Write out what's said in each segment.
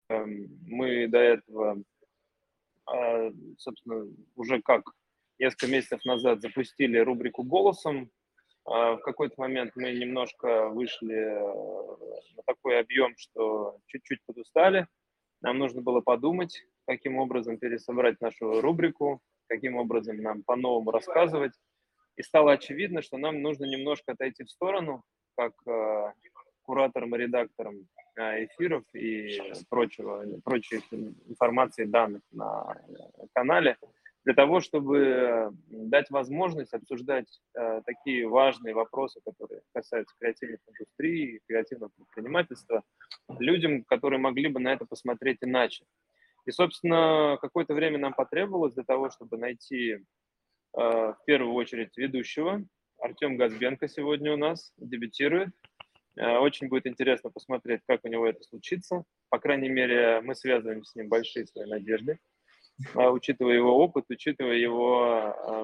Мы до этого, собственно, уже как несколько месяцев назад запустили рубрику «Голосом». В какой-то момент мы немножко вышли на такой объем, что чуть-чуть подустали. Нам нужно было подумать, каким образом пересобрать нашу рубрику, каким образом нам по-новому рассказывать. И стало очевидно, что нам нужно немножко отойти в сторону, как кураторам и редакторам эфиров и прочих информации, данных на канале, для того, чтобы дать возможность обсуждать такие важные вопросы, которые касаются креативных индустрий, креативного предпринимательства, людям, которые могли бы на это посмотреть иначе. И, собственно, какое-то время нам потребовалось для того, чтобы найти в первую очередь ведущего. Артем Газбенко сегодня у нас дебютирует. Очень будет интересно посмотреть, как у него это случится. По крайней мере, мы связываем с ним большие свои надежды, учитывая его опыт, учитывая его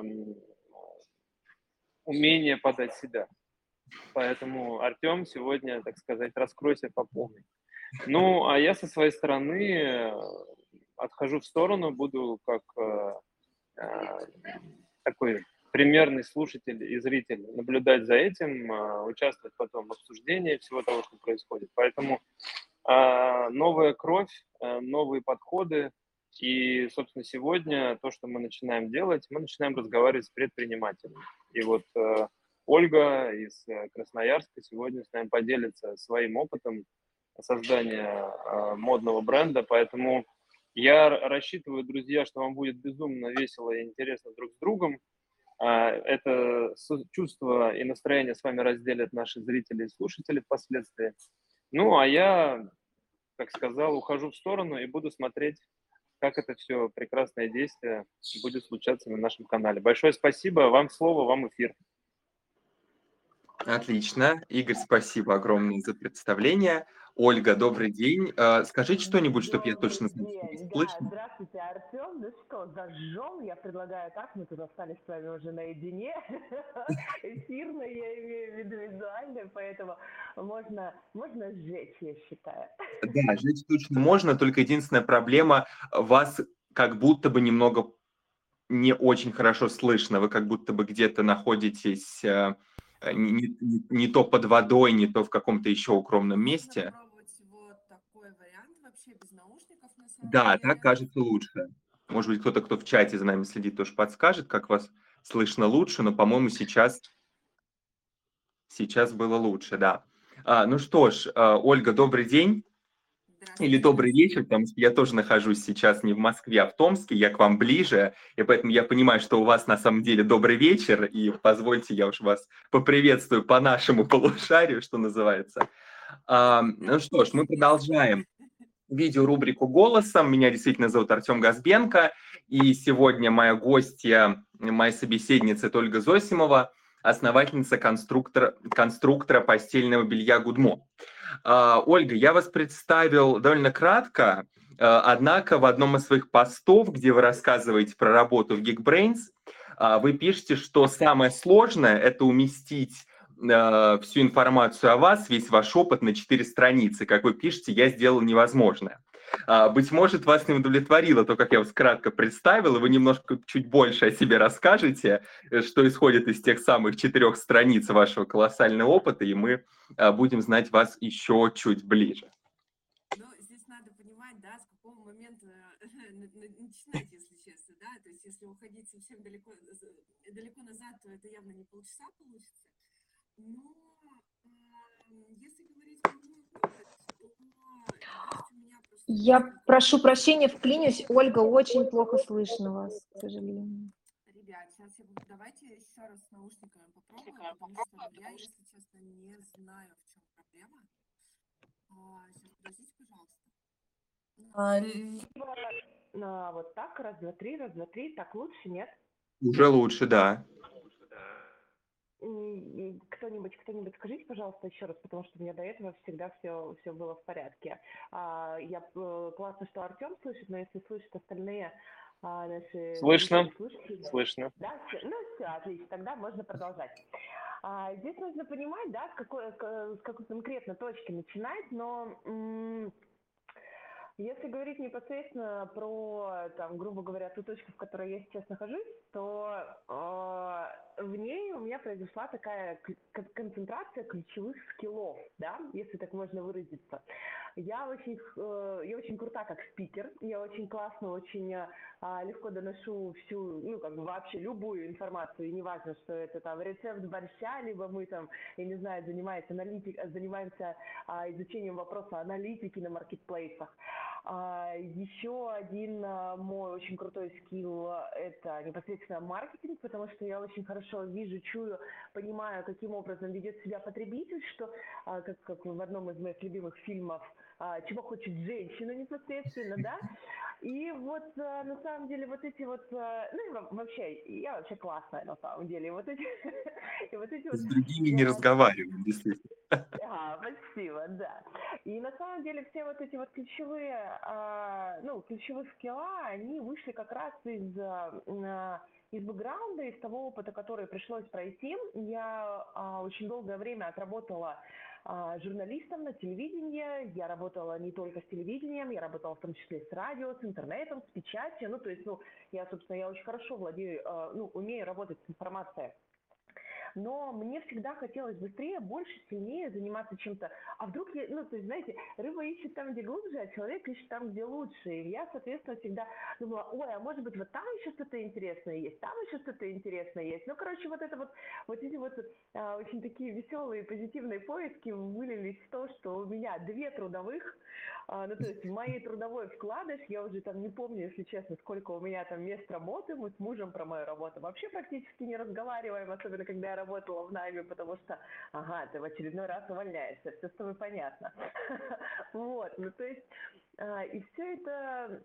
умение подать себя. Поэтому, Артем, сегодня, так сказать, раскройся по полной. Ну, а я со своей стороны отхожу в сторону, буду как такой примерный слушатель и зритель наблюдать за этим, участвовать потом в обсуждении всего того, что происходит. Поэтому новая кровь, новые подходы. И, собственно, сегодня то, что мы начинаем делать, мы начинаем разговаривать с предпринимателями. И вот Ольга из Красноярска сегодня с нами поделится своим опытом создания модного бренда. Поэтому я рассчитываю, друзья, что вам будет безумно весело и интересно друг с другом. Это чувство и настроение с вами разделят наши зрители и слушатели впоследствии. Ну, а я, как сказал, ухожу в сторону и буду смотреть, как это все прекрасное действие будет случаться на нашем канале. Большое спасибо. Вам слово, вам эфир. Отлично. Игорь, спасибо огромное за представление. Ольга, добрый день. Скажите что-нибудь, чтобы я точно знал, что вас День, да, слышно. здравствуйте, Артем. Ну что, зажжем? Я предлагаю так, мы тут остались с вами уже наедине. Эфирно, я имею в виду визуально, поэтому можно сжечь, я считаю. Да, жить точно можно, только единственная проблема, вас как будто бы немного не очень хорошо слышно. Вы как будто бы где-то находитесь не то под водой, не то в каком-то еще укромном месте. Можно пробовать вот такой вариант вообще без наушников на самом Да, так деле. кажется лучше. Может быть, кто-то, кто в чате за нами следит, тоже подскажет, как вас слышно лучше, но, по-моему, сейчас было лучше, да. Ну что ж, Ольга, добрый день или Здравствуйте, добрый здравствуйте. вечер, потому что я тоже нахожусь сейчас не в Москве, а в Томске, я к вам ближе, и поэтому я понимаю, что у вас на самом деле добрый вечер, и позвольте, я уж вас поприветствую по нашему полушарию, что называется. Ну что ж, мы продолжаем видеорубрику «Голосом». Меня действительно зовут Артем Газбенко, и сегодня моя гостья, моя собеседница это Ольга Зосимова, основательница конструктора постельного белья «Гудмо». Ольга, я вас представил довольно кратко, однако в одном из своих постов, где вы рассказываете про работу в Geekbrains, вы пишете, что самое сложное – это уместить всю информацию о вас, весь ваш опыт на 4 страницы. Как вы пишете, я сделал невозможное. Быть может, вас не удовлетворило то, как я вас кратко представил, и вы немножко чуть больше о себе расскажете, что исходит из тех самых 4 страниц вашего колоссального опыта, и мы будем знать вас еще чуть ближе. Ну, здесь надо понимать, да, с какого момента начинать, если честно, да, то есть если уходить совсем далеко назад, то это явно не полчаса получится. Но если говорить про мой опыт, то есть у меня просто Я несколько... прошу прощения, вклинюсь. Ольга, очень плохо слышно вас, к сожалению. Ребят, сейчас давайте еще раз с наушниками попробую, потому что я, если честно, не знаю, в чем проблема. Сейчас, подождите, пожалуйста. Вот так, раз, два, три, так лучше, нет? Уже лучше, да. Кто-нибудь, скажите, пожалуйста, еще раз, потому что у меня до этого всегда все было в порядке. Классно, что Артем слышит, но если слышат остальные наши Слышно? слушатели... Слышно. Да, все, отлично, тогда можно продолжать. Здесь нужно понимать, да, с какой конкретно точки начинать, но Если говорить непосредственно про, там, грубо говоря, ту точку, в которой я сейчас нахожусь, то в ней у меня произошла такая концентрация ключевых скиллов, да, если так можно выразиться. Я очень крута как спикер, я очень классно, очень легко доношу всю, ну, как бы вообще любую информацию, и неважно, что это там рецепт борща, либо мы там, я не знаю, занимаемся изучением вопроса аналитики на маркетплейсах. Еще один мой очень крутой скилл – это непосредственно маркетинг, потому что я очень хорошо вижу, чую, понимаю, каким образом ведет себя потребитель, что, как в одном из моих любимых фильмов, чего хочет женщина непосредственно, да. И вот на самом деле вот эти вот, ну и вообще, я вообще классная на самом деле, и вот эти, и вот эти вот С другими не разговариваем, действительно. спасибо, да. И на самом деле все вот эти вот ключевые, ключевые скилла, они вышли как раз из бэкграунда, из того опыта, который пришлось пройти. Я очень долгое время отработала журналистом на телевидении. Я работала не только с телевидением, я работала в том числе с радио, с интернетом, с печатью. Ну, то есть, я очень хорошо владею, умею работать с информацией. Но мне всегда хотелось быстрее, больше, сильнее заниматься чем-то. А вдруг знаете, рыба ищет там, где глубже, а человек ищет там, где лучше. И я, соответственно, всегда думала, ой, а может быть, вот там еще что-то интересное есть, там еще что-то интересное есть. Ну, короче, вот эти очень такие веселые, позитивные поиски вылились в то, что у меня 2 трудовых, то есть в моей трудовой вкладыш, я уже там не помню, если честно, сколько у меня там мест работы, мы с мужем про мою работу вообще практически не разговариваем, особенно когда я работала в найме, потому что, ты в очередной раз увольняешься, все с тобой понятно. Вот, то есть, и все это,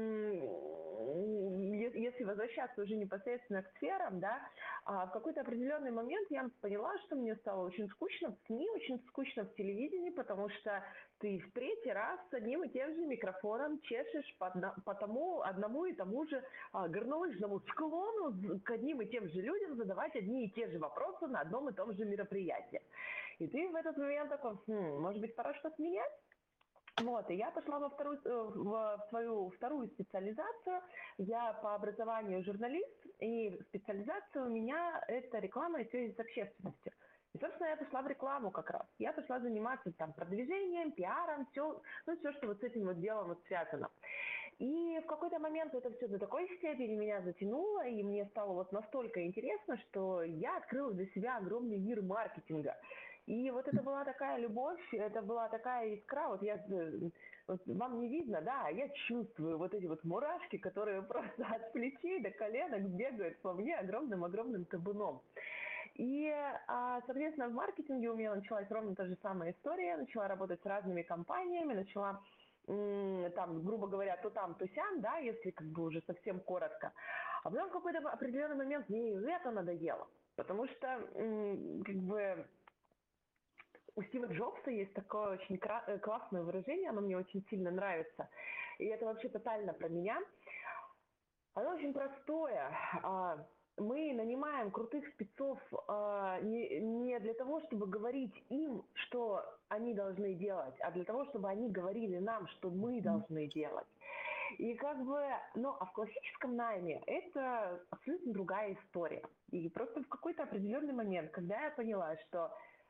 если возвращаться уже непосредственно к сферам, да, в какой-то определенный момент я поняла, что мне стало очень скучно в СМИ, очень скучно в телевидении, потому что ты в 3-й раз с одним и тем же микрофоном чешешь по тому одному и тому же горнолыжному склону к одним и тем же людям задавать одни и те же вопросы на одном и том же мероприятии. И ты в этот момент такой, может быть, пора что-то менять? Вот, и я пошла в свою вторую специализацию. Я по образованию журналист, и специализация у меня – это реклама и связи с общественностью. И, собственно, я пошла в рекламу как раз. Я пошла заниматься там продвижением, пиаром, все, что вот с этим вот делом вот связано. И в какой-то момент это все до такой степени меня затянуло, и мне стало вот настолько интересно, что я открыла для себя огромный мир маркетинга. И вот это была такая любовь, это была такая искра, вот вам не видно, да, я чувствую вот эти вот мурашки, которые просто от плечей до коленок бегают по мне огромным-огромным табуном. И, соответственно, в маркетинге у меня началась ровно та же самая история. Я начала работать с разными компаниями, начала там, грубо говоря, то там, то сям, да, если как бы уже совсем коротко. А потом в какой-то определенный момент мне и это надоело. Потому что, как бы, у Стива Джобса есть такое очень классное выражение, оно мне очень сильно нравится. И это вообще тотально про меня. Оно очень простое. Мы нанимаем крутых спецов не для того, чтобы говорить им, что они должны делать, а для того, чтобы они говорили нам, что мы должны делать. И как бы, а в классическом найме это абсолютно другая история. И просто в какой-то определенный момент, когда я поняла, что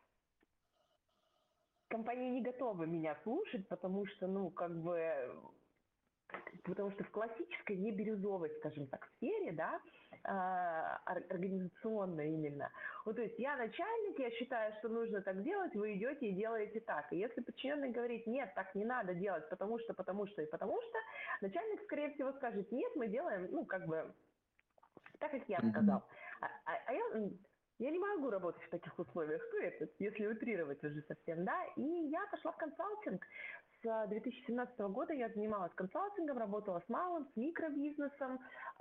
компании не готовы меня слушать, потому что, потому что в классической, не бирюзовой, скажем так, сфере, да, организационной именно. Вот, то есть я начальник, я считаю, что нужно так делать, вы идете и делаете так. И если подчиненный говорит, нет, так не надо делать, потому что, начальник, скорее всего, скажет, нет, мы делаем, так, как я сказал. Я не могу работать в таких условиях, если утрировать уже совсем, да, и я пошла в консалтинг. С 2017 года я занималась консалтингом, работала с малым, с микробизнесом,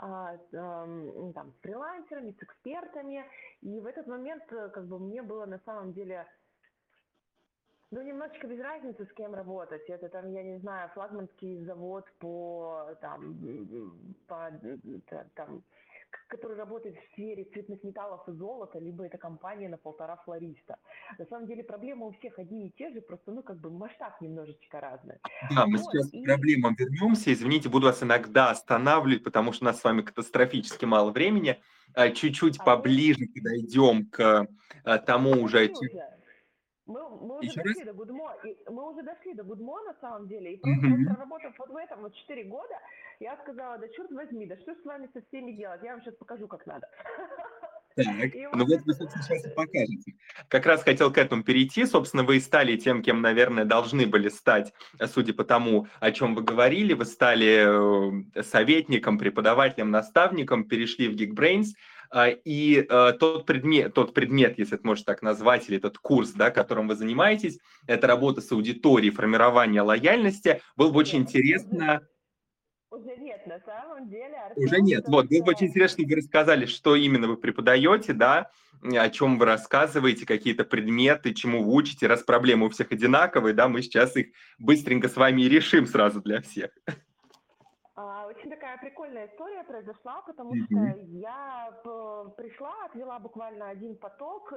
с фрилансерами, с экспертами, и в этот момент как бы мне было на самом деле немножечко без разницы, с кем работать. Это там, я не знаю, флагманский завод по который работает в сфере цветных металлов и золота, либо это компания на 1,5 флориста. На самом деле проблемы у всех одни и те же, просто, ну, как бы масштаб немножечко разный. Да, мы Вот, сейчас к и проблемам вернемся. Извините, буду вас иногда останавливать, потому что у нас с вами катастрофически мало времени. Чуть-чуть окей, поближе подойдем к тому мы уже. дошли уже. Мы уже Еще раз? дошли до Гудмо, и мы уже дошли до Гудмо на самом деле, и просто вот Мгм. проработав вот в этом вот 4 года, я сказала, да черт возьми, да что ж с вами со всеми делать, я вам сейчас покажу, как надо. Так, И ну вот вот вы, это, собственно, сейчас и покажете. Как раз хотел к этому перейти. Собственно, вы и стали тем, кем, наверное, должны были стать, судя по тому, о чем вы говорили. Вы стали советником, преподавателем, наставником, перешли в Geekbrains. И тот предмет, если это можно так назвать, или этот курс, да, которым вы занимаетесь, это работа с аудиторией, формирование лояльности. Было бы очень нет, интересно. уже нет, на самом деле, Уже Артем, нет. то, Вот, было бы очень что интересно, чтобы вы рассказали, что именно вы преподаете, да, о чем вы рассказываете, какие-то предметы, чему вы учите. Раз проблемы у всех одинаковые, да, мы сейчас их быстренько с вами и решим сразу для всех. очень такая прикольная история произошла, потому что Мгм. я пришла, отвела буквально один поток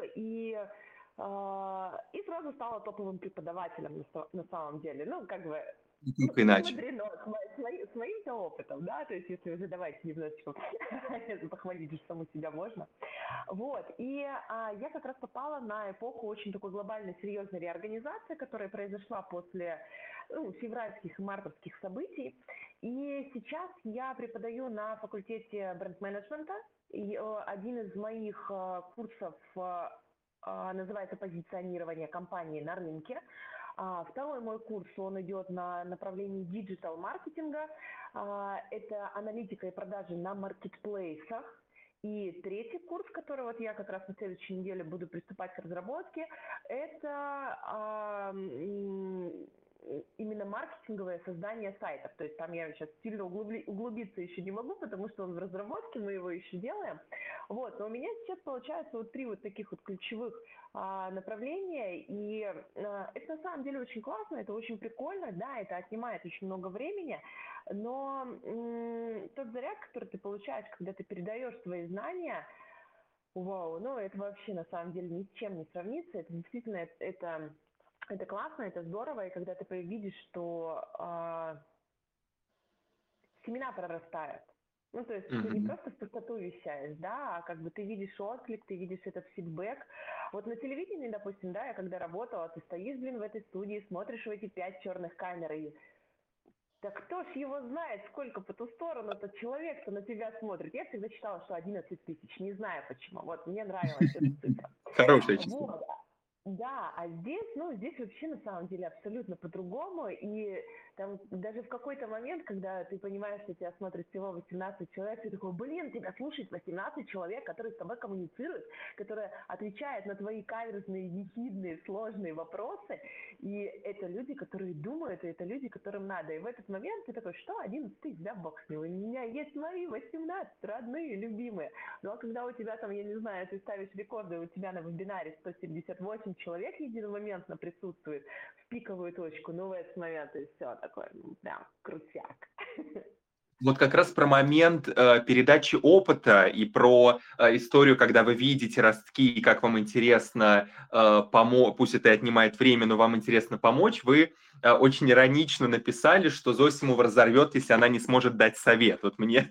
и сразу стала топовым преподавателем на самом деле. Ну, как бы, Ну, ну, как не иначе. мудрено, своим-то опытом, да, то есть если уже давайте немножечко похвалить же саму себя можно. Вот, и я как раз попала на эпоху очень такой глобальной, серьезной реорганизации, которая произошла после февральских и мартовских событий. И сейчас я преподаю на факультете бренд-менеджмента. И один из моих курсов называется «Позиционирование компании на рынке». Второй мой курс, он идет на направлении диджитал-маркетинга. Это аналитика и продажи на маркетплейсах. И третий курс, который вот я как раз на следующей неделе буду приступать к разработке, это именно маркетинговое создание сайтов. То есть там я сейчас сильно углубиться еще не могу, потому что он в разработке, мы его еще делаем. Вот, но у меня сейчас получается вот 3 вот таких вот ключевых направления, и это на самом деле очень классно, это очень прикольно, да, это отнимает очень много времени, но тот заряд, который ты получаешь, когда ты передаешь свои знания, вау, ну это вообще на самом деле ни с чем не сравнится, это действительно, это классно, это здорово, и когда ты видишь, что семена прорастают. Ну, то есть ты не Мгм. просто в пустоту вещаешь, да, а как бы ты видишь отклик, ты видишь этот фидбэк. Вот на телевидении, допустим, да, я когда работала, ты стоишь, блин, в этой студии, смотришь в эти 5 черных камер, и да кто ж его знает, сколько по ту сторону этот человек-то на тебя смотрит. Я всегда считала, что 11 тысяч, не знаю почему. Вот, мне нравилась эта цифра. Хорошее число. Вот. Да, а здесь, ну, здесь вообще на самом деле абсолютно по-другому, и там даже в какой-то момент, когда ты понимаешь, что тебя смотрит всего 18 человек, ты такой, блин, тебя слушает 18 человек, которые с тобой коммуницируют, которые отвечают на твои каверзные, ехидные, сложные вопросы, и это люди, которые думают, и это люди, которым надо, и в этот момент ты такой, что, 11 тысяч, да, бог с ним, у меня есть мои 18 родные, любимые, ну, а когда у тебя там, я не знаю, ты ставишь рекорды, у тебя на вебинаре 178 человек единомоментно присутствует в пиковую точку, ну, в этот момент и все такое, прям крутяк. Вот как раз про момент передачи опыта и про историю, когда вы видите ростки, и как вам интересно помочь, пусть это и отнимает время, но вам интересно помочь, вы очень иронично написали, что Зосимова разорвет, если она не сможет дать совет. Вот мне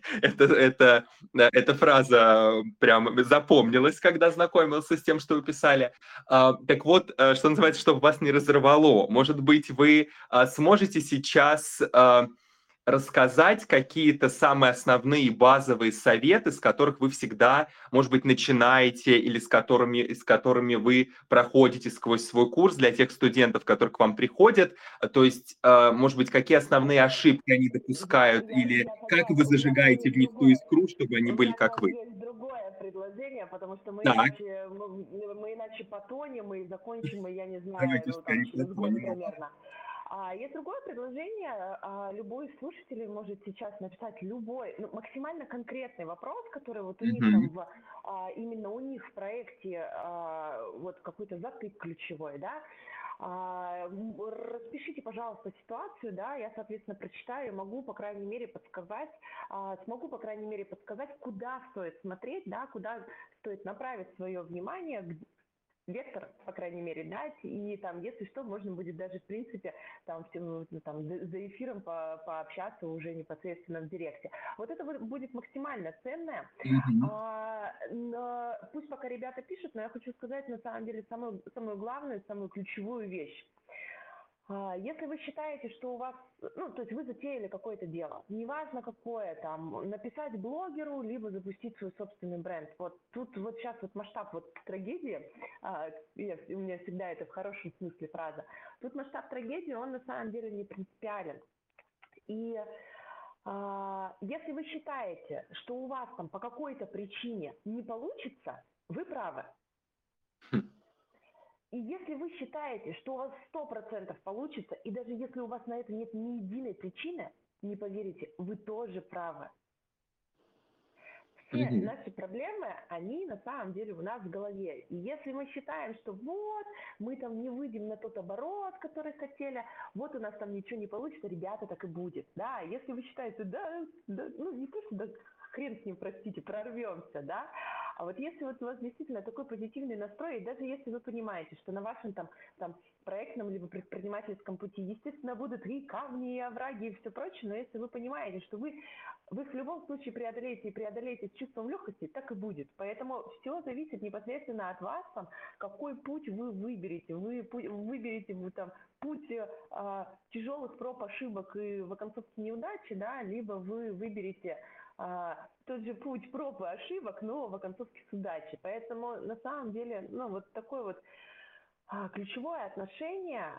эта фраза прям запомнилась, когда знакомился с тем, что вы писали. Так вот, что называется, чтобы вас не разорвало. Может быть, вы сможете сейчас рассказать какие-то самые основные базовые советы, с которых вы всегда, может быть, начинаете или с которыми вы проходите сквозь свой курс для тех студентов, которые к вам приходят. То есть, может быть, какие основные ошибки они допускают или Я как тогда, вы у меня там зажигаете есть в них ту другое, искру, чтобы они у были меня как там вы. есть другое предложение, потому что Так, мы иначе потонем и закончим, и я не знаю, давайте ну там скорее через год затронем. примерно. Есть другое предложение. Любой слушатель может сейчас написать любой, ну, максимально конкретный вопрос, который вот у них там именно у них в проекте вот какой-то затык ключевой, да. Распишите, пожалуйста, ситуацию, да, я, соответственно, прочитаю, могу, по крайней мере, подсказать, смогу, по крайней мере, подсказать, куда стоит смотреть, да, куда стоит направить свое внимание, вектор, по крайней мере, дать, и там, если что, можно будет даже, в принципе, там, там за эфиром пообщаться уже непосредственно в директе. Вот это будет максимально ценное. Но пусть пока ребята пишут, но я хочу сказать, на самом деле, самую главную, самую ключевую вещь. Если вы считаете, что у вас, ну, то есть вы затеяли какое-то дело, неважно какое, там, написать блогеру, либо запустить свой собственный бренд. Вот тут вот сейчас вот масштаб вот трагедии, у меня всегда это в хорошем смысле фраза, тут масштаб трагедии, он на самом деле не принципиален. И если вы считаете, что у вас там по какой-то причине не получится, вы правы. И если вы считаете, что у вас 100% получится, и даже если у вас на это нет ни единой причины, не поверите, вы тоже правы. Все наши проблемы, они на самом деле у нас в голове. И если мы считаем, что вот, мы там не выйдем на тот оборот, который хотели, вот у нас там ничего не получится, ребята, так и будет. Да, если вы считаете, да, ну не то, что да, хрен с ним, простите, прорвемся, да, а вот если вот у вас действительно такой позитивный настрой, и даже если вы понимаете, что на вашем там проектном либо предпринимательском пути, естественно, будут и камни, и овраги, и все прочее, но если вы понимаете, что вы их в любом случае преодолеете с чувством легкости, так и будет. Поэтому все зависит непосредственно от вас, там, какой путь вы выберете. Вы выберете там, путь тяжелых проб, ошибок и в оконцовке неудачи, да, либо вы выберете тот же путь проб и ошибок, но в оконцовке с удачей. Поэтому на самом деле, ну, вот такое вот ключевое отношение,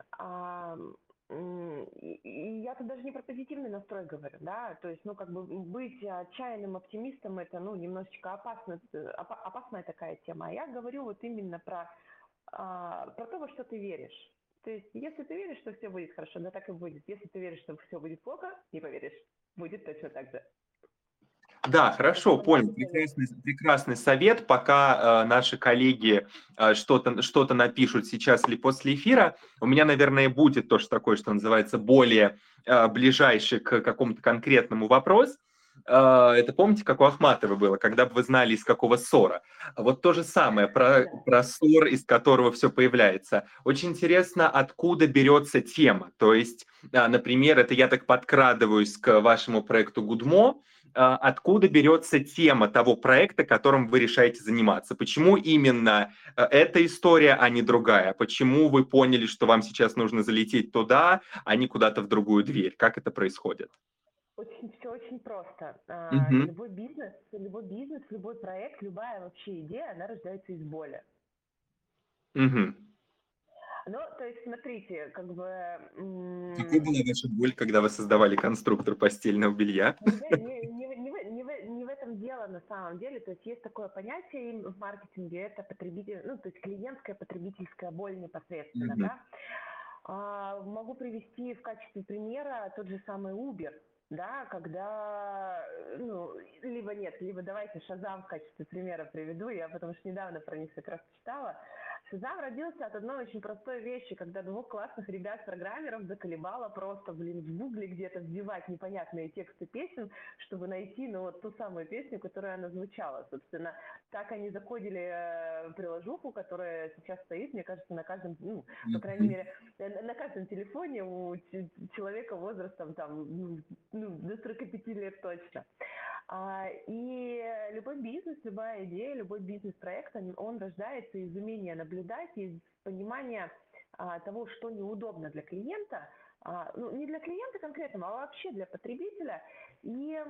и я тут даже не про позитивный настрой говорю, да, то есть, ну, как бы быть отчаянным оптимистом, это, ну, немножечко опасная такая тема, а я говорю вот именно про то, во что ты веришь. То есть, если ты веришь, что все будет хорошо, да так и будет. Если ты веришь, что все будет плохо, не поверишь, будет точно так же. Да, хорошо, понял. Прекрасный совет. Пока наши коллеги что-то напишут сейчас или после эфира, у меня, наверное, будет тоже такое, что называется, более ближайший к какому-то конкретному вопрос. Это помните, как у Ахматовой было, когда бы вы знали, из какого ссора? Вот то же самое про ссор, из которого все появляется. Очень интересно, откуда берется тема. То есть, например, это я так подкрадываюсь к вашему проекту Гудмо. Откуда берется тема того проекта, которым вы решаете заниматься? Почему именно эта история, а не другая? Почему вы поняли, что вам сейчас нужно залететь туда, а не куда-то в другую дверь? Как это происходит? Все очень просто. Мгм. Любой бизнес, любой проект, любая вообще идея, она рождается из боли. Мгм. Ну, то есть, смотрите, как бы... Какой была ваша боль, когда вы создавали конструктор постельного белья? Не в этом дело на самом деле. То есть есть такое понятие в маркетинге, это потребитель, ну, то есть клиентская потребительская боль непосредственно, Мгм. да. Могу привести в качестве примера тот же самый Uber, да, когда, ну, либо давайте Шазам в качестве примера приведу, я потому что недавно про них как раз читала. Шазам родился от одной очень простой вещи, когда двух классных ребят-программеров заколебало просто, в гугле где-то вбивать непонятные тексты песен, чтобы найти, ну, вот ту самую песню, которая она звучала. Собственно, так они закодили приложуху, которая сейчас стоит, мне кажется, на каждом, ну, по крайней мере, на каждом телефоне у человека возрастом там, ну, до 45 лет точно. И любой бизнес, любая идея, любой бизнес-проект, он рождается из умения наблюдать, из понимания того, что неудобно для клиента, ну, не для клиента конкретного, а вообще для потребителя. И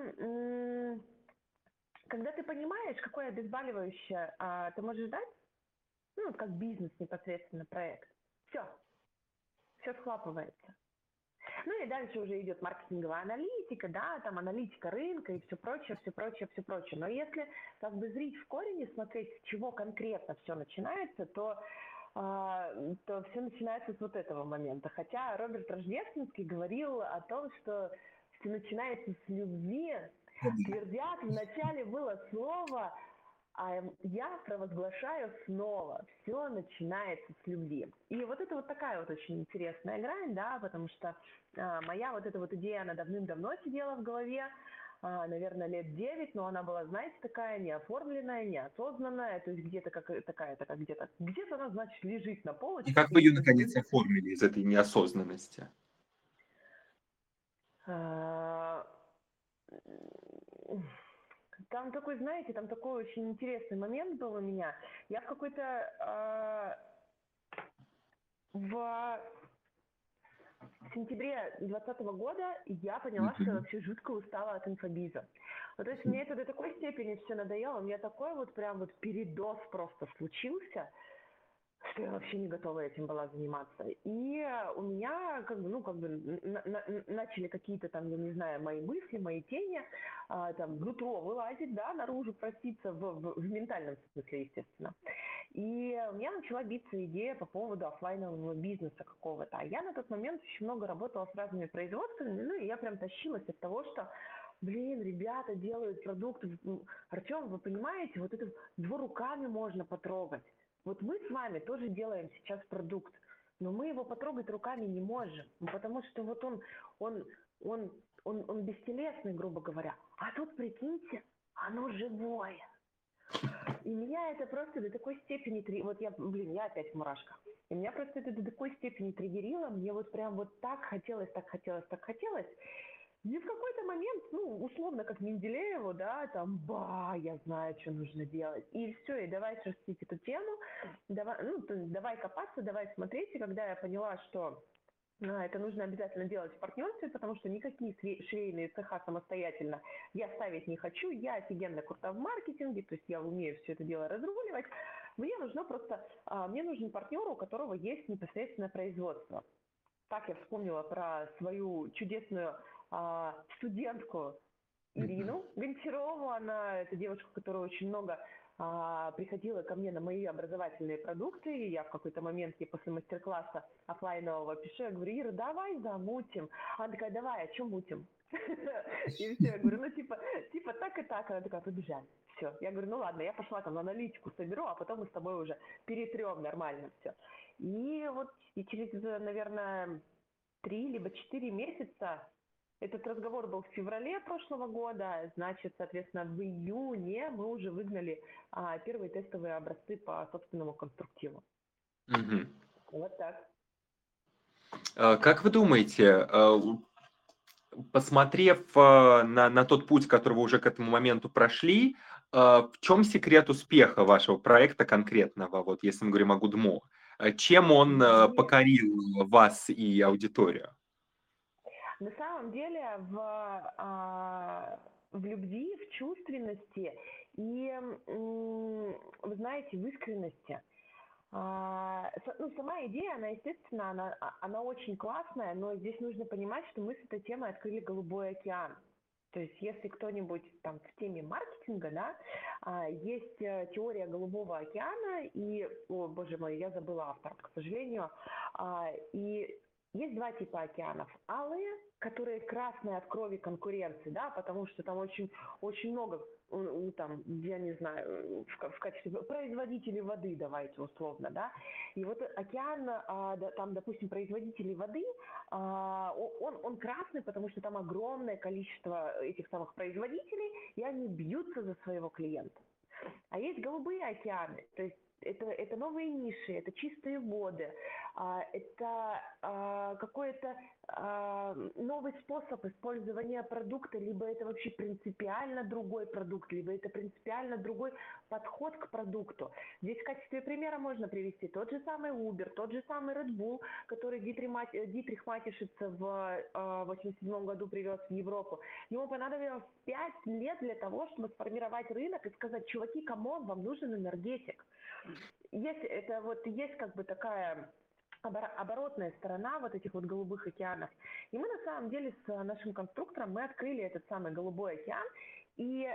когда ты понимаешь, какое обезболивающее ты можешь дать, ну, как бизнес непосредственно проект, все схлапывается. Ну и дальше уже идет маркетинговая аналитика, да, там аналитика рынка и все прочее. Но если как бы зрить в корень и смотреть, с чего конкретно все начинается, то все начинается с вот этого момента. Хотя Роберт Рождественский говорил о том, что все начинается с любви. Твердят, вначале было слово, А я провозглашаю снова, все начинается с любви. И вот это вот такая вот очень интересная грань, да, потому что моя вот эта вот идея, она давным-давно сидела в голове, наверное, лет 9, но она была, знаете, такая неоформленная, неосознанная, то есть где-то как такая-то, как где-то она, значит, лежит на И полочке как вы ее, где-то наконец, внизу. оформили из этой неосознанности? А, Там такой, знаете, там такой очень интересный момент был у меня. Я в какой-то в сентябре 2020 года я поняла, что я Мгм. вообще жутко устала от инфобиза. Вот, то есть мне это до такой степени все надоело, у меня такой вот прям вот передоз просто случился, что я вообще не готова этим была заниматься. И у меня начали какие-то там, я не знаю, мои мысли, мои тени, там, нутро вылазить, да, наружу проситься в ментальном смысле, естественно. И у меня начала биться идея по поводу оффлайнового бизнеса какого-то. А я на тот момент очень много работала с разными производствами, ну и я прям тащилась от того, что, блин, ребята делают продукт. Артем, вы понимаете, вот это руками можно потрогать. Вот мы с вами тоже делаем сейчас продукт, но мы его потрогать руками не можем, потому что вот он, он бестелесный, грубо говоря. А тут, прикиньте, оно живое. И меня это просто до такой степени, вот я опять в мурашках. И меня просто это до такой степени триггерило, мне вот прям вот так хотелось, так хотелось, так хотелось. И в какой-то момент, ну, условно, как Менделееву, да, там, я знаю, что нужно делать. И все, и давай шерстить эту тему, давай копаться, давай смотреть. И когда я поняла, что это нужно обязательно делать в партнерстве, потому что никакие швейные цеха самостоятельно я ставить не хочу. Я офигенно крута в маркетинге, то есть я умею все это дело разруливать. Мне нужен партнер, у которого есть непосредственно производство. Так я вспомнила про свою чудесную студентку Ирину Гончарову. Она это девушка, которая очень много приходила ко мне на мои образовательные продукты. И я в какой-то момент ей после мастер-класса оффлайнового пишу, я говорю: Ира, давай замутим. Она такая: давай, а что мутим? И все, я говорю, ну типа так и так. Она такая: побежали. Все. Я говорю: ну ладно, я пошла там аналитику соберу, а потом мы с тобой уже перетрем нормально все. И вот и через, наверное, 3 либо 4 месяца, этот разговор был в феврале прошлого года, значит, соответственно, в июне мы уже выгнали первые тестовые образцы по собственному конструктиву. Мгм. Вот так. Как вы думаете, посмотрев на тот путь, который вы уже к этому моменту прошли, в чем секрет успеха вашего проекта конкретного, вот если мы говорим о Гудмо? Чем он покорил вас и аудиторию? На самом деле в любви, в чувственности и, вы знаете, в искренности. Сама идея, она, естественно, она очень классная, но здесь нужно понимать, что мы с этой темой открыли голубой океан. То есть, если кто-нибудь там в теме маркетинга, да, есть теория голубого океана, и, о боже мой, я забыла автора, к сожалению, и есть два типа океанов. Алые, которые красные от крови конкуренции, да, потому что там очень, очень много, там, я не знаю, в качестве производителей воды, давайте условно, да. И вот океан, там, допустим, производителей воды, он красный, потому что там огромное количество этих самых производителей, и они бьются за своего клиента. А есть голубые океаны, то есть это новые ниши, это чистые воды, это какой-то новый способ использования продукта, либо это вообще принципиально другой продукт, либо это принципиально другой подход к продукту. Здесь в качестве примера можно привести тот же самый Uber, тот же самый Red Bull, который Дитрих Матишица в 1987 году привез в Европу. Ему понадобилось 5 лет для того, чтобы сформировать рынок и сказать: чуваки, камон, вам нужен энергетик. Есть как бы такая оборотная сторона вот этих вот голубых океанов. И мы на самом деле с нашим конструктором мы открыли этот самый голубой океан, и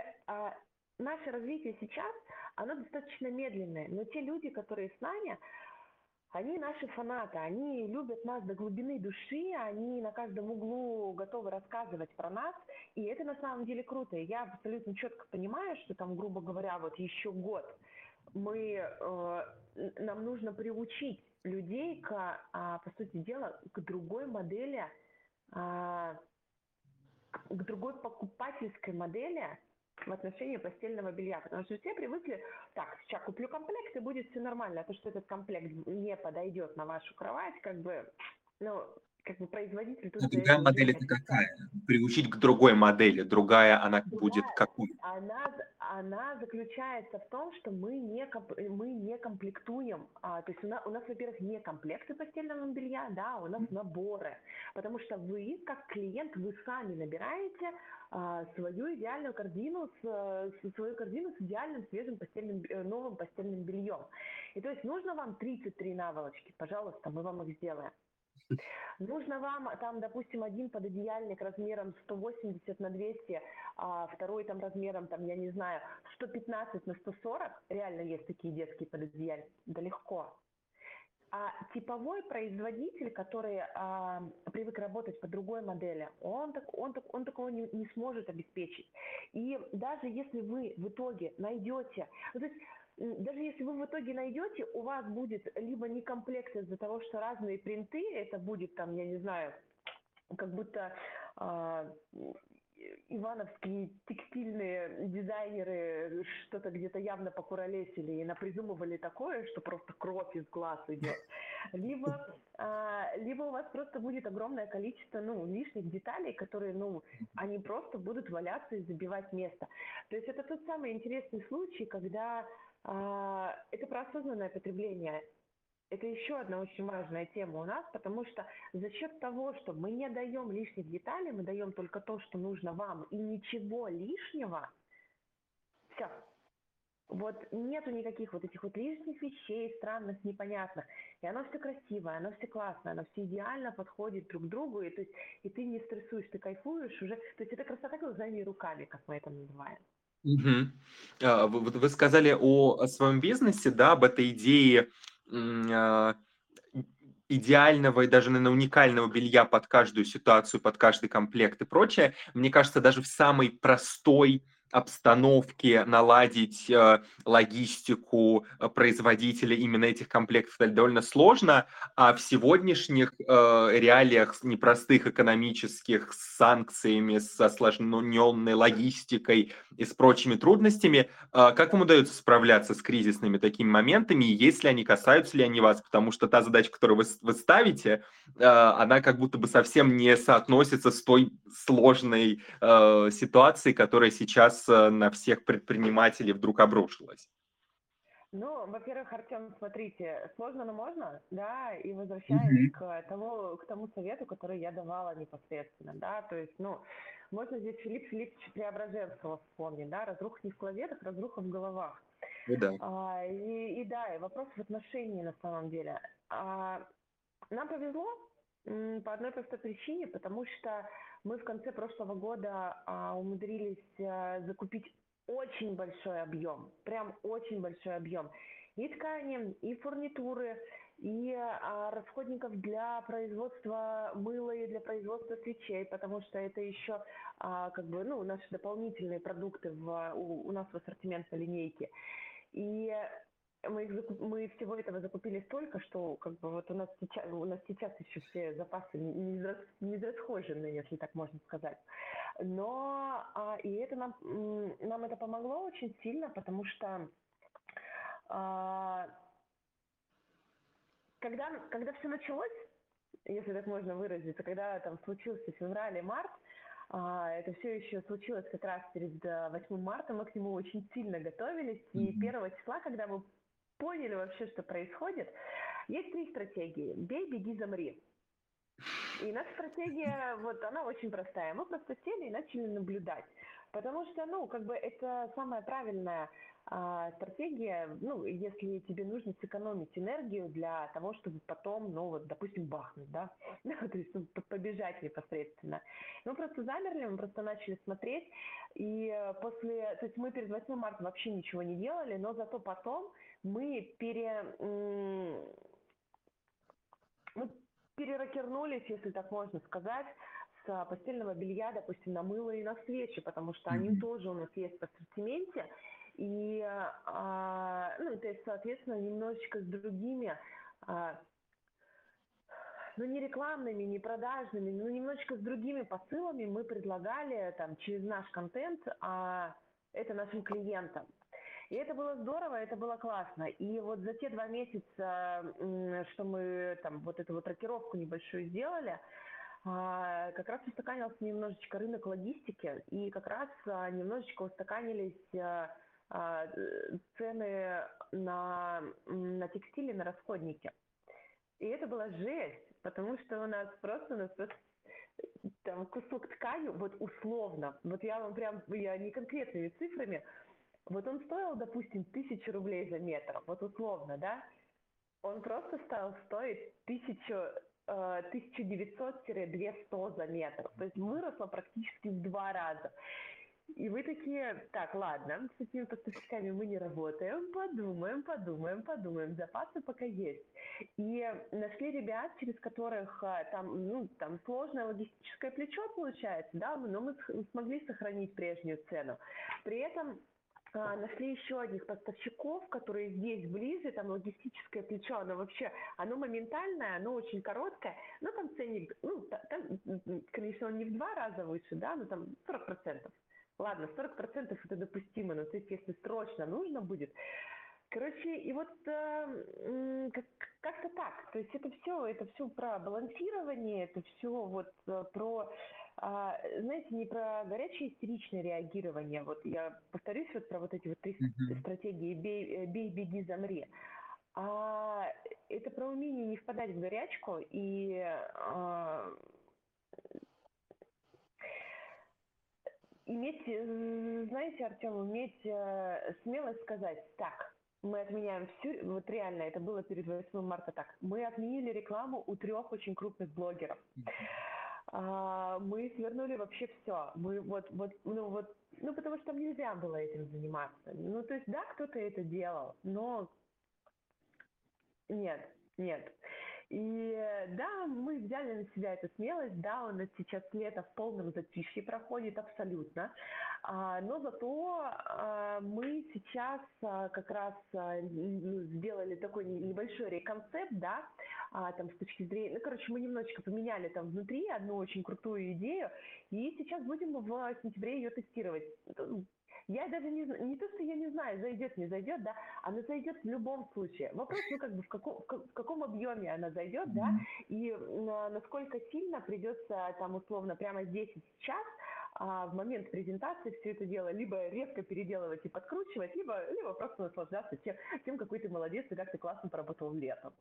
наше развитие сейчас, оно достаточно медленное, но те люди, которые с нами, Они наши фанаты, они любят нас до глубины души, они на каждом углу готовы рассказывать про нас, и это на самом деле круто. И я абсолютно четко понимаю, что там, грубо говоря, вот еще год нам нужно приучить людей по сути дела, к другой модели, а, к другой покупательской модели в отношении постельного белья. Потому что все привыкли, так, сейчас куплю комплект, и будет все нормально. А то, что этот комплект не подойдет на вашу кровать, производитель тут А за другая это уже модель не это отвечает. какая? Приучить к другой модели. Другая она будет Другая, какой? она заключается в том, что мы не комплектуем. То есть у нас, во-первых, не комплекты постельного белья, да, у нас наборы. Потому что вы, как клиент, вы сами набираете свою идеальную корзину, свою корзину с идеальным свежим новым постельным бельем. И то есть нужно вам 33 наволочки, пожалуйста, мы вам их сделаем. Нужно вам, там, допустим, один пододеяльник размером 180 на 200, а второй там размером, там, я не знаю, 115 на 140, реально есть такие детские пододеяльники, да легко. А типовой производитель, который привык работать по другой модели, он такого не сможет обеспечить. И даже если вы в итоге найдете, даже если вы в итоге найдете, у вас будет либо некомплект из-за того, что разные принты, это будет там, я не знаю, как будто ивановские текстильные дизайнеры что-то где-то явно покуролесили и напридумывали такое, что просто кровь из глаз идет. Либо у вас просто будет огромное количество лишних деталей, которые они просто будут валяться и забивать место. То есть это тот самый интересный случай, когда это про осознанное потребление. Это еще одна очень важная тема у нас, потому что за счет того, что мы не даем лишних деталей, мы даем только то, что нужно вам, и ничего лишнего, все. Вот нету никаких вот этих вот лишних вещей, странных, непонятных. И оно все красивое, оно все классное, оно все идеально подходит друг к другу, и ты не стрессуешь, ты кайфуешь уже. То есть это красота глазами и руками, как мы это называем. Мгм. Вы сказали о своем бизнесе, да, об этой идее идеального и даже, наверное, уникального белья под каждую ситуацию, под каждый комплект и прочее. Мне кажется, даже в самой простой обстановке наладить логистику производителя именно этих комплектов это довольно сложно, а в сегодняшних реалиях непростых экономических, с санкциями, с осложненной логистикой и с прочими трудностями, как вам удается справляться с кризисными такими моментами, и если они касаются ли они вас? Потому что та задача, которую вы ставите, она как будто бы совсем не соотносится с той сложной ситуацией, которая сейчас на всех предпринимателей вдруг обрушилась. Во-первых, Артем, смотрите, сложно, но можно, да, и возвращаясь к тому совету, который я давала непосредственно, да, то есть, можно здесь Филипп Филипповича Преображенского вспомнить, да, разруха не в кловетах, разруха в головах. Ну да. И вопрос в отношении на самом деле. Нам повезло по одной простой причине, потому что мы в конце прошлого года умудрились закупить очень большой объем, прям очень большой объем и ткани, и фурнитуры, и расходников для производства мыла и для производства свечей, потому что это еще наши дополнительные продукты у нас в ассортиментной линейке. И мы всего этого закупили столько, что вот у нас сейчас еще все запасы не израсхожены, если так можно сказать. Но и это нам это помогло очень сильно, потому что когда все началось, если так можно выразиться, когда там случился февраль и март, это все еще случилось как раз перед 8 марта, мы к нему очень сильно готовились, и 1 числа, когда мы поняли вообще, что происходит, есть 3 стратегии: бей, беги, замри. И наша стратегия, она очень простая. Мы просто сели и начали наблюдать. Потому что, это самая правильная стратегия, если тебе нужно сэкономить энергию для того, чтобы потом, допустим, бахнуть, да, то есть побежать непосредственно. Мы просто замерли, мы просто начали смотреть, и то есть мы перед 8 марта вообще ничего не делали, но зато потом мы перерокернулись, если так можно сказать, с постельного белья, допустим, на мыло и на свечи, потому что они тоже у нас есть в ассортименте. И, ну, то есть, соответственно, немножечко с другими, ну, не рекламными, не продажными, но немножечко с другими посылами мы предлагали там через наш контент это нашим клиентам. И это было здорово, это было классно. И вот за те 2 месяца, что мы там вот эту вот рокировку небольшую сделали, как раз устаканился немножечко рынок логистики, и как раз немножечко устаканились цены на текстиль и на расходники. И это была жесть, потому что у нас просто там кусок ткани, вот условно, вот я вам прям, я не конкретными цифрами, вот он стоил, допустим, 1000 рублей за метр, вот условно, да, он просто стал стоить 1900-200 за метр, то есть выросло практически в 2 раза. И вы такие, так, ладно, с этими поставщиками мы не работаем, подумаем, запасы пока есть. И нашли ребят, через которых там, ну, там сложное логистическое плечо получается, да, но мы смогли сохранить прежнюю цену. При этом нашли еще одних поставщиков, которые здесь ближе, там логистическое плечо, оно вообще, оно моментальное, оно очень короткое, но там ценник, ну, там, конечно, он не в 2 раза выше, да, но там 40%. Ладно, 40% это допустимо, но то есть если срочно нужно будет. Короче, и вот как-то так. То есть это все про балансирование, это все вот про, знаете, не про горячее истеричное реагирование. Вот я повторюсь вот про вот эти вот 3 стратегии «бей, беги, замри». А это про умение не впадать в горячку и иметь, знаете, Артем, уметь смелость сказать, так, мы отменяем всю, вот реально, это было перед 8 марта так, мы отменили рекламу у 3 очень крупных блогеров. Мы свернули вообще все. Мы ну, потому что там нельзя было этим заниматься. Ну, то есть, да, кто-то это делал, но нет. И да, мы взяли на себя эту смелость, да, у нас сейчас лето в полном затишье проходит абсолютно, но зато мы сейчас как раз сделали такой небольшой реконцепт, да, там с точки зрения, ну, короче, мы немножечко поменяли там внутри одну очень крутую идею, и сейчас будем в сентябре ее тестировать. Я даже не то, что я не знаю, зайдет, не зайдет, да, она зайдет в любом случае. Вопрос, ну, как бы, в каком объеме она зайдет, да, и насколько сильно придется, там, условно, прямо здесь и сейчас, в момент презентации все это дело либо резко переделывать и подкручивать, либо просто наслаждаться тем, какой ты молодец и как ты классно поработал летом.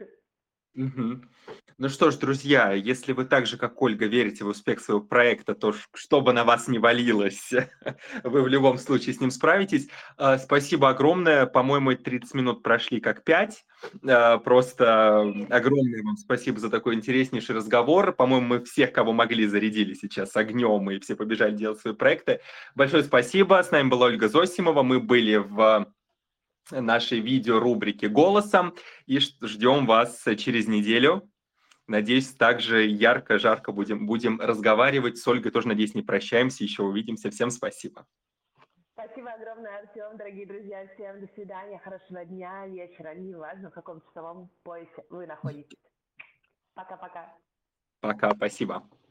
Ну что ж, друзья, если вы так же, как Ольга, верите в успех своего проекта, то что бы на вас ни валилось, вы в любом случае с ним справитесь. Спасибо огромное. По-моему, 30 минут прошли как 5. Просто огромное вам спасибо за такой интереснейший разговор. По-моему, мы всех, кого могли, зарядили сейчас огнем, и все побежали делать свои проекты. Большое спасибо. С нами была Ольга Зосимова. Мы были в нашей видеорубрике «Голосом» и ждем вас через неделю. Надеюсь, также ярко, жарко будем разговаривать. С Ольгой тоже, надеюсь, не прощаемся. Еще увидимся. Всем спасибо. Спасибо огромное, Артем, дорогие друзья. Всем до свидания, хорошего дня, вечера. Неважно, в каком часовом поясе вы находитесь. Пока-пока. Пока, спасибо.